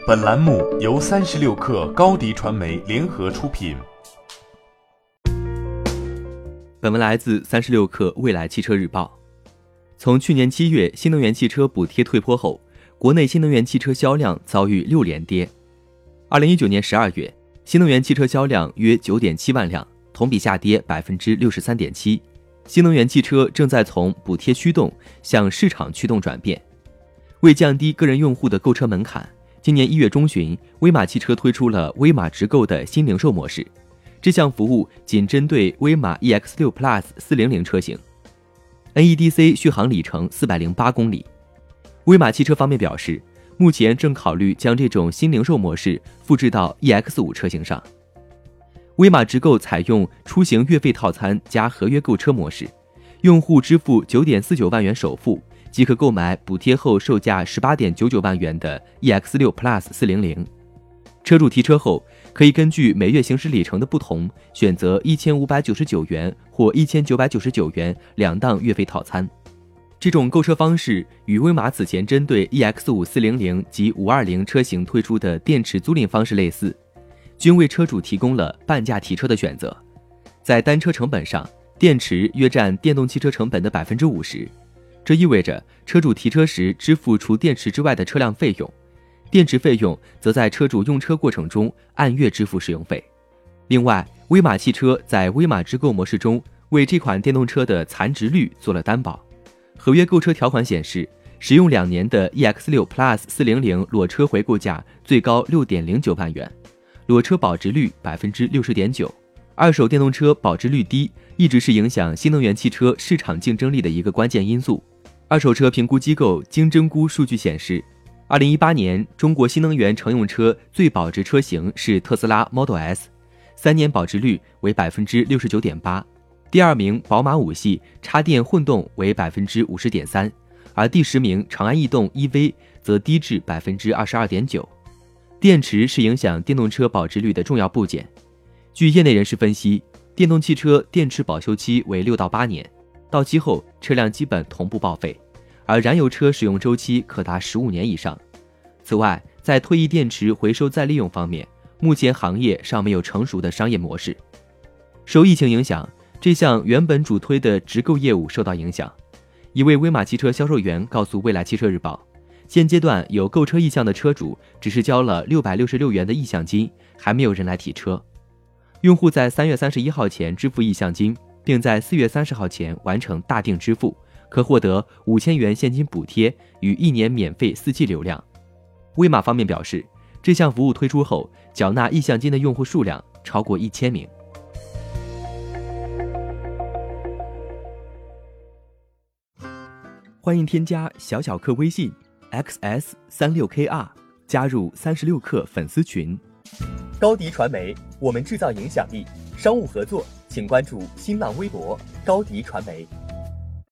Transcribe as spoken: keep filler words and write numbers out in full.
本栏目由三十六氪高迪传媒联合出品。 本文来自三十六氪未来汽车日报。从去年七月新能源汽车补贴退坡后，国内新能源汽车销量遭遇六连跌。二零一九年十二月，新能源汽车销量约 九点七万辆，同比下跌 百分之六十三点七。新能源汽车正在从补贴驱动向市场驱动转变。为降低个人用户的购车门槛，今年一月中旬，威马汽车推出了威马直购的新零售模式。这项服务仅针对威马 E X 六 Plus 四零零车型， N E D C 续航里程四百零八公里。威马汽车方面表示，目前正考虑将这种新零售模式复制到 E X 五 车型上。威马直购采用出行月费套餐加合约购车模式，用户支付 九点四九万元首付，即可购买补贴后售价 十八点九九万元的 E X 六 Plus 四零零。车主提车后，可以根据每月行驶里程的不同，选择一千五百九十九元或一千九百九十九元两档月费套餐。这种购车方式与威马此前针对 E X 五 四零零及五二零车型推出的电池租赁方式类似，均为车主提供了半价提车的选择。在单车成本上，电池约占电动汽车成本的 百分之五十， 这意味着车主提车时支付除电池之外的车辆费用，电池费用则在车主用车过程中按月支付使用费。另外，威马汽车在威马直购模式中为这款电动车的残值率做了担保。合约购车条款显示，使用两年的 E X 六 Plus 四零零裸车回购价最高 六点零九万元，裸车保值率 百分之六十点九。 二手电动车保值率低一直是影响新能源汽车市场竞争力的一个关键因素。二手车评估机构精真估数据显示，二零一八年中国新能源乘用车最保值车型是特斯拉 Model S， 三年保值率为 百分之六十九点八。 第二名宝马五系插电混动为 百分之五十点三， 而第十名长安逸动 E V 则低至 百分之二十二点九。 电池是影响电动车保值率的重要部件。据业内人士分析，电动汽车电池保修期为六到八年，到期后车辆基本同步报废，而燃油车使用周期可达十五年以上。此外，在退役电池回收再利用方面，目前行业尚没有成熟的商业模式。受疫情影响，这项原本主推的直购业务受到影响。一位威马汽车销售员告诉未来汽车日报，现阶段有购车意向的车主只是交了六百六十六元的意向金，还没有人来提车。用户在三月三十一号前支付意向金，并在四月三十号前完成大定支付，可获得五千元现金补贴与一年免费 四 G 流量。威马方面表示，这项服务推出后，缴纳意向金的用户数量超过一千名。欢迎添加小小客微信 X S 三六 K R， 加入三十六氪粉丝群。 高迪传媒，我们制造影响力。商务合作请关注新浪微博高迪传媒。